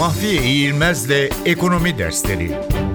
Mahfiye İğilmez'le Ekonomi Dersleri.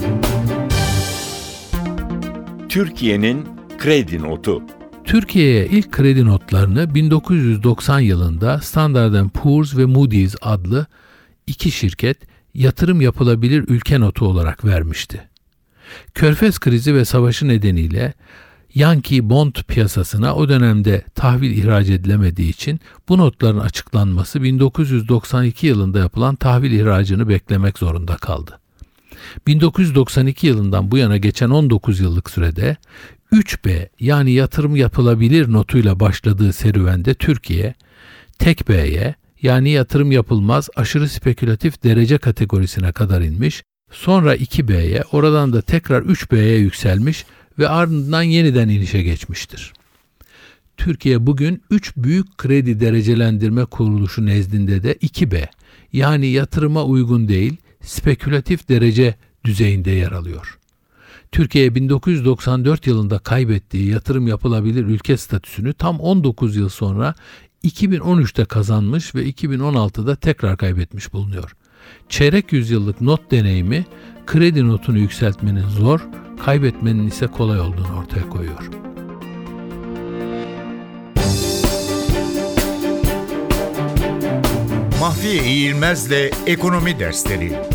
Türkiye'nin kredi notu. Türkiye'ye ilk kredi notlarını 1990 yılında Standard & Poor's ve Moody's adlı iki şirket yatırım yapılabilir ülke notu olarak vermişti. Körfez krizi ve savaşı nedeniyle Yankee Bond piyasasına o dönemde tahvil ihraç edilemediği için bu notların açıklanması 1992 yılında yapılan tahvil ihracını beklemek zorunda kaldı. 1992 yılından bu yana geçen 19 yıllık sürede 3B yani yatırım yapılabilir notuyla başladığı serüvende Türkiye, tek B'ye yani yatırım yapılmaz aşırı spekülatif derece kategorisine kadar inmiş, sonra 2B'ye, oradan da tekrar 3B'ye yükselmiş ve ardından yeniden inişe geçmiştir. Türkiye bugün 3 büyük kredi derecelendirme kuruluşu nezdinde de 2B yani yatırıma uygun değil, spekülatif derece düzeyinde yer alıyor. Türkiye 1994 yılında kaybettiği yatırım yapılabilir ülke statüsünü tam 19 yıl sonra 2013'te kazanmış ve 2016'da tekrar kaybetmiş bulunuyor. Çeyrek yüzyıllık not deneyimi kredi notunu yükseltmenin zor, kaybetmenin ise kolay olduğunu ortaya koyuyor. Mahfiye İğilmez'le Ekonomi Dersleri.